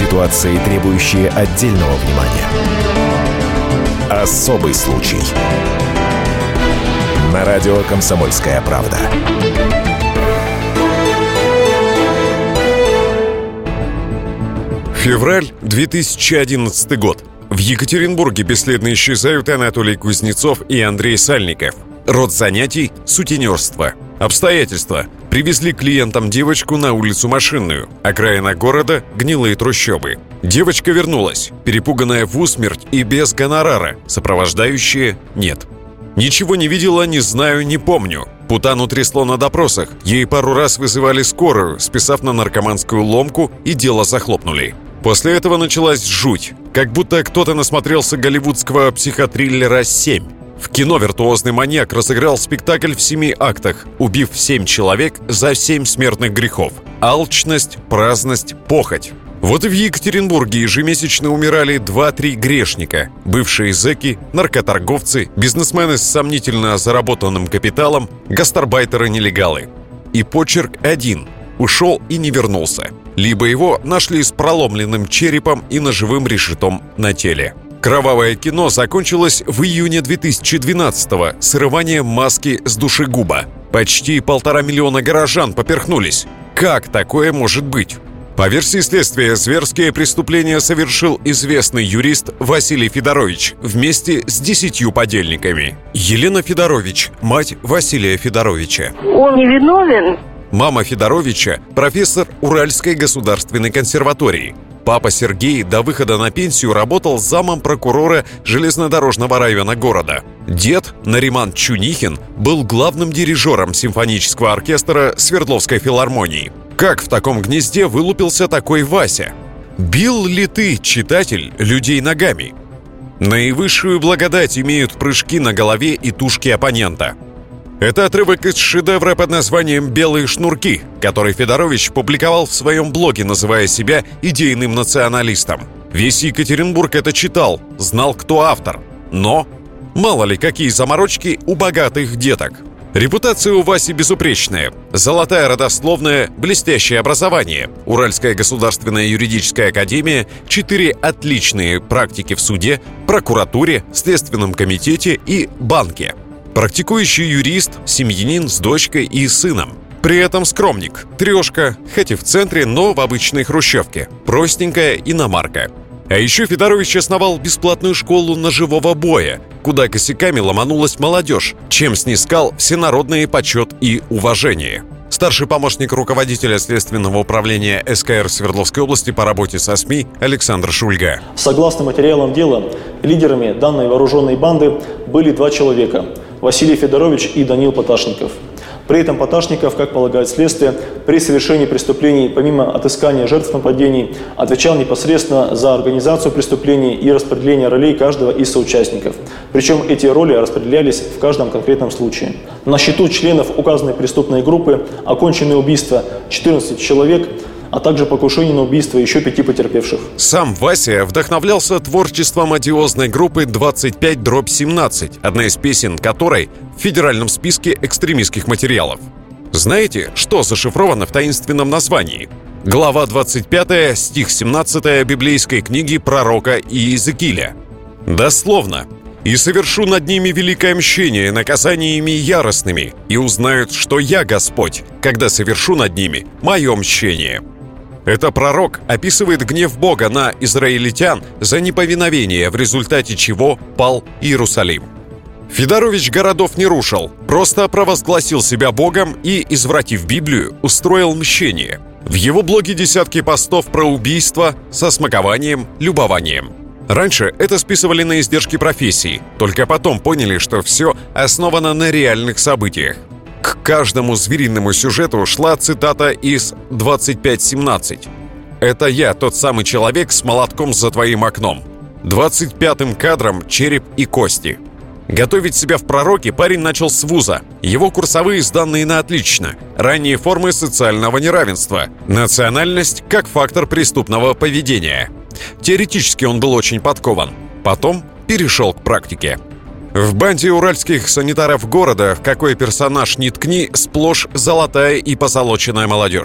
Ситуации, требующие отдельного внимания. Особый случай. На радио «Комсомольская правда». Февраль 2011 год. В Екатеринбурге бесследно исчезают Анатолий Кузнецов и Андрей Сальников. Род занятий – сутенерство. Обстоятельства. Привезли клиентам девочку на улицу Машинную. Окраина города – гнилые трущобы. Девочка вернулась, перепуганная в усмерть и без гонорара. Сопровождающие – нет. Ничего не видела, не знаю, не помню. Путану трясло на допросах. Ей пару раз вызывали скорую, списав на наркоманскую ломку, и дело захлопнули. После этого началась жуть. Как будто кто-то насмотрелся голливудского психотриллера «7». В кино виртуозный маньяк разыграл спектакль в 7 актах, убив 7 человек за 7 смертных грехов. Алчность, праздность, похоть. Вот и в Екатеринбурге ежемесячно умирали 2-3 грешника. Бывшие зэки, наркоторговцы, бизнесмены с сомнительно заработанным капиталом, гастарбайтеры-нелегалы. И почерк один – ушел и не вернулся. Либо его нашли с проломленным черепом и ножевым решетом на теле. Кровавое кино закончилось в июне 2012-го срыванием маски с душегуба. Почти 1,5 миллиона горожан поперхнулись. Как такое может быть? По версии следствия, зверские преступления совершил известный юрист Василий Федорович вместе с 10 подельниками. Елена Федорович, мать Василия Федоровича. Он не виновен? Мама Федоровича – профессор Уральской государственной консерватории. Папа Сергей до выхода на пенсию работал замом прокурора железнодорожного района города. Дед Нариман Чунихин был главным дирижером симфонического оркестра Свердловской филармонии. Как в таком гнезде вылупился такой Вася? Бил ли ты, читатель, людей ногами? Наивысшую благодать имеют прыжки на голове и тушке оппонента. Это отрывок из шедевра под названием «Белые шнурки», который Федорович публиковал в своем блоге, называя себя идейным националистом. Весь Екатеринбург это читал, знал, кто автор. Но мало ли какие заморочки у богатых деток. Репутация у Васи безупречная. Золотая родословная, блестящее образование. Уральская государственная юридическая академия, 4 отличные практики в суде, прокуратуре, Следственном комитете и банке. Практикующий юрист, семьянин с дочкой и сыном. При этом скромник, трешка, хоть и в центре, но в обычной хрущевке. Простенькая иномарка. А еще Федорович основал бесплатную школу ножевого боя, куда косяками ломанулась молодежь, чем снискал всенародный почет и уважение. Старший помощник руководителя Следственного управления СКР Свердловской области по работе со СМИ Александр Шульга. Согласно материалам дела, лидерами данной вооруженной банды были 2 человека – Василий Федорович и Данил Поташников. При этом Поташников, как полагает следствие, при совершении преступлений, помимо отыскания жертв нападений, отвечал непосредственно за организацию преступлений и распределение ролей каждого из соучастников. Причем эти роли распределялись в каждом конкретном случае. На счету членов указанной преступной группы окончены убийства 14 человек, а также покушение на убийство еще 5 потерпевших. Сам Вася вдохновлялся творчеством одиозной группы 25/17, одна из песен которой в федеральном списке экстремистских материалов. Знаете, что зашифровано в таинственном названии? Глава 25, стих 17 библейской книги пророка Иезекииля. Дословно: «И совершу над ними великое мщение наказаниями яростными, и узнают, что я Господь, когда совершу над ними мое мщение». Это пророк описывает гнев Бога на израильтян за неповиновение, в результате чего пал Иерусалим. Федорович городов не рушил, просто провозгласил себя Богом и, извратив Библию, устроил мщение. В его блоге десятки постов про убийства со смакованием, любованием. Раньше это списывали на издержки профессии, только потом поняли, что все основано на реальных событиях. К каждому звериному сюжету шла цитата из 25:17. «Это я, тот самый человек с молотком за твоим окном». 25-м кадром череп и кости. Готовить себя в пророке парень начал с вуза. Его курсовые сданные на отлично. Ранние формы социального неравенства. Национальность как фактор преступного поведения. Теоретически он был очень подкован. Потом перешел к практике. В банде уральских санитаров города, в какой персонаж ни ткни, сплошь золотая и позолоченная молодежь.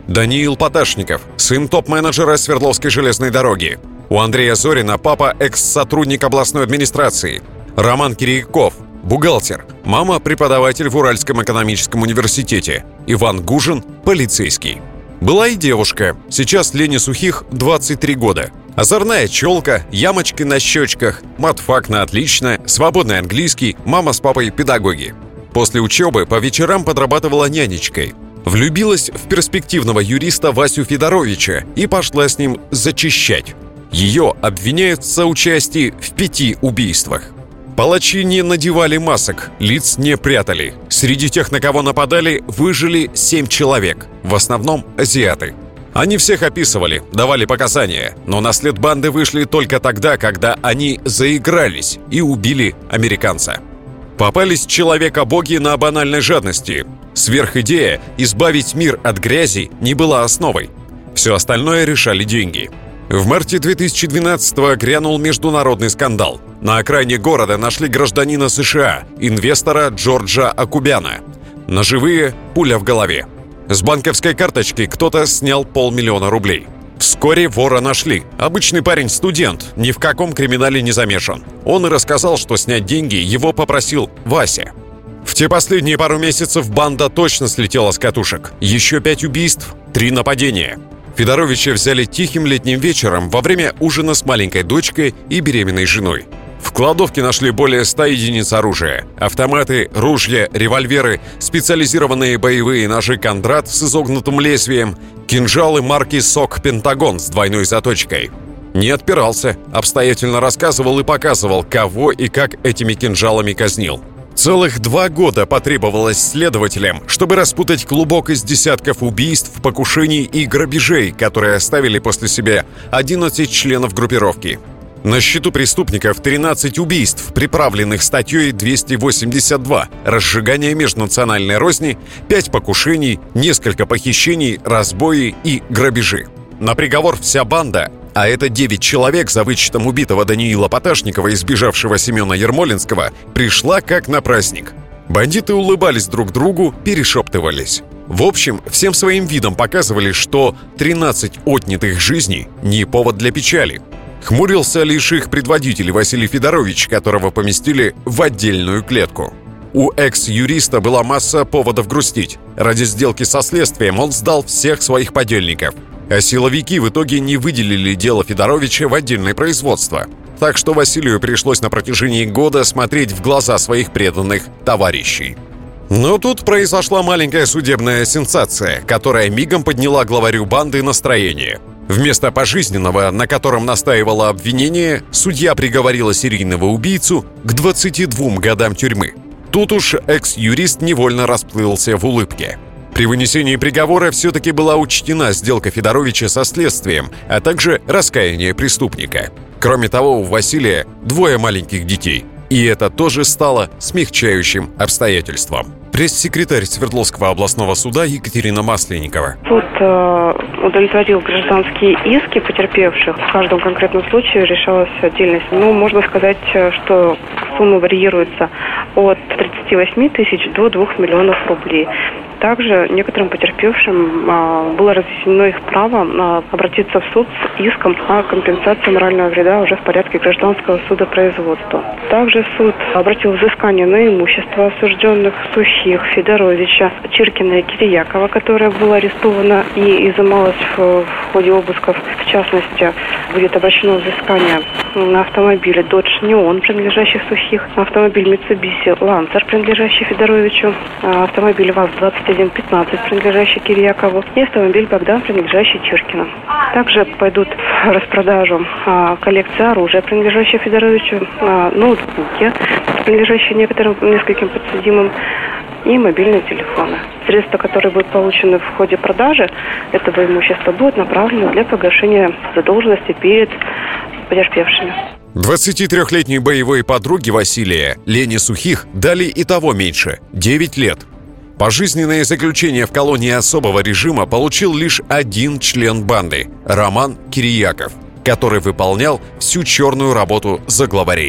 Даниил Поташников, сын топ-менеджера Свердловской железной дороги. У Андрея Зорина папа экс-сотрудник областной администрации. Роман Кирьяков, бухгалтер. Мама преподаватель в Уральском экономическом университете. Иван Гужин, полицейский. Была и девушка. Сейчас Лене Сухих 23 года. Озорная челка, ямочки на щечках, матфак на отлично, свободный английский, мама с папой педагоги. После учебы по вечерам подрабатывала нянечкой. Влюбилась в перспективного юриста Васю Федоровича и пошла с ним зачищать. Ее обвиняют в соучастии в 5 убийствах. Палачи не надевали масок, лиц не прятали. Среди тех, на кого нападали, выжили 7 человек, в основном азиаты. Они всех описывали, давали показания, но на след банды вышли только тогда, когда они заигрались и убили американца. Попались человека-боги на банальной жадности. Сверхидея избавить мир от грязи не была основой. Все остальное решали деньги. В марте 2012-го грянул международный скандал. На окраине города нашли гражданина США, инвестора Джорджа Акубяна. Ножевые, пуля в голове. С банковской карточки кто-то снял 500 000 рублей. Вскоре вора нашли. Обычный парень-студент, ни в каком криминале не замешан. Он и рассказал, что снять деньги его попросил Вася. В те последние пару месяцев банда точно слетела с катушек. Еще 5 убийств, 3 нападения. Федоровича взяли тихим летним вечером во время ужина с маленькой дочкой и беременной женой. В кладовке нашли более 100 единиц оружия. Автоматы, ружья, револьверы, специализированные боевые ножи «Кондрат» с изогнутым лезвием, кинжалы марки «Сок Пентагон» с двойной заточкой. Не отпирался, обстоятельно рассказывал и показывал, кого и как этими кинжалами казнил. Целых 2 года потребовалось следователям, чтобы распутать клубок из десятков убийств, покушений и грабежей, которые оставили после себя 11 членов группировки. На счету преступников 13 убийств, приправленных статьей 282 «Разжигание межнациональной розни», 5 покушений, несколько похищений, разбои и грабежи. На приговор вся банда, а это 9 человек за вычетом убитого Даниила Поташникова и сбежавшего Семена Ермолинского, пришла как на праздник. Бандиты улыбались друг другу, перешептывались. В общем, всем своим видом показывали, что 13 отнятых жизней не повод для печали. Хмурился лишь их предводитель Василий Федорович, которого поместили в отдельную клетку. У экс-юриста была масса поводов грустить. Ради сделки со следствием он сдал всех своих подельников. А силовики в итоге не выделили дело Федоровича в отдельное производство. Так что Василию пришлось на протяжении года смотреть в глаза своих преданных товарищей. Но тут произошла маленькая судебная сенсация, которая мигом подняла главарю банды настроение. Вместо пожизненного, на котором настаивало обвинение, судья приговорила серийного убийцу к 22 годам тюрьмы. Тут уж экс-юрист невольно расплылся в улыбке. При вынесении приговора все-таки была учтена сделка Федоровича со следствием, а также раскаяние преступника. Кроме того, у Василия 2 маленьких детей. И это тоже стало смягчающим обстоятельством. Пресс-секретарь Свердловского областного суда Екатерина Масленникова. Суд удовлетворил гражданские иски потерпевших. В каждом конкретном случае решалась отдельность. Можно сказать, что сумма варьируется от 38 тысяч до 2 миллионов рублей. Также некоторым потерпевшим было разъяснено их право обратиться в суд с иском о компенсации морального вреда уже в порядке гражданского судопроизводства. Также суд обратил взыскание на имущество осужденных Сухих, Федоровича, Чиркина и Кирьякова, которое было арестовано и изымалось в ходе обысков. В частности, будет обращено взыскание на автомобиле Dodge Neon, принадлежащий Сухих, на автомобиль Mitsubishi Lancer, принадлежащий Федоровичу, автомобиль ВАЗ-2115, принадлежащий Кирьякову, и автомобиль Богдан, принадлежащий Чиркину. Также пойдут в распродажу коллекция оружия, принадлежащая Федоровичу, ноутбуки, принадлежащие нескольким подсудимым, и мобильные телефоны. Средства, которые будут получены в ходе продажи этого имущества, будут направлены для погашения задолженности перед потерпевшими. 23-летней боевой подруге Василия, Лене Сухих, дали и того меньше – 9 лет. Пожизненное заключение в колонии особого режима получил лишь один член банды – Роман Кирьяков, который выполнял всю черную работу за главарей.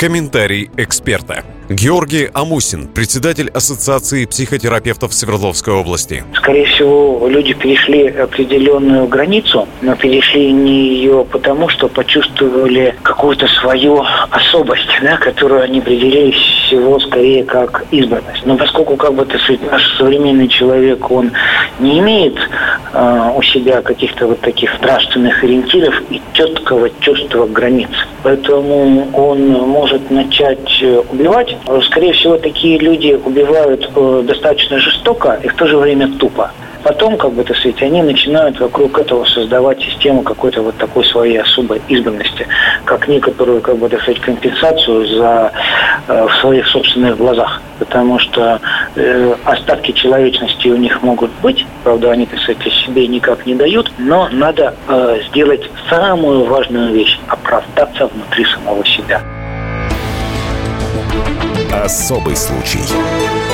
Комментарий эксперта. Георгий Амусин, председатель Ассоциации психотерапевтов Свердловской области. Скорее всего, люди перешли определенную границу, но перешли не ее потому, что почувствовали какую-то свою особость, которую они определили всего скорее как избранность. Но поскольку наш современный человек, он не имеет у себя каких-то вот таких нравственных ориентиров и четкого чувства границ, поэтому он может начать убивать. Скорее всего, такие люди убивают достаточно жестоко и в то же время тупо. Потом, они начинают вокруг этого создавать систему какой-то вот такой своей особой избранности, как некоторую, компенсацию в своих собственных глазах. Потому что остатки человечности у них могут быть, правда, они, себе никак не дают, но надо сделать самую важную вещь – оправдаться внутри самого себя. Особый случай.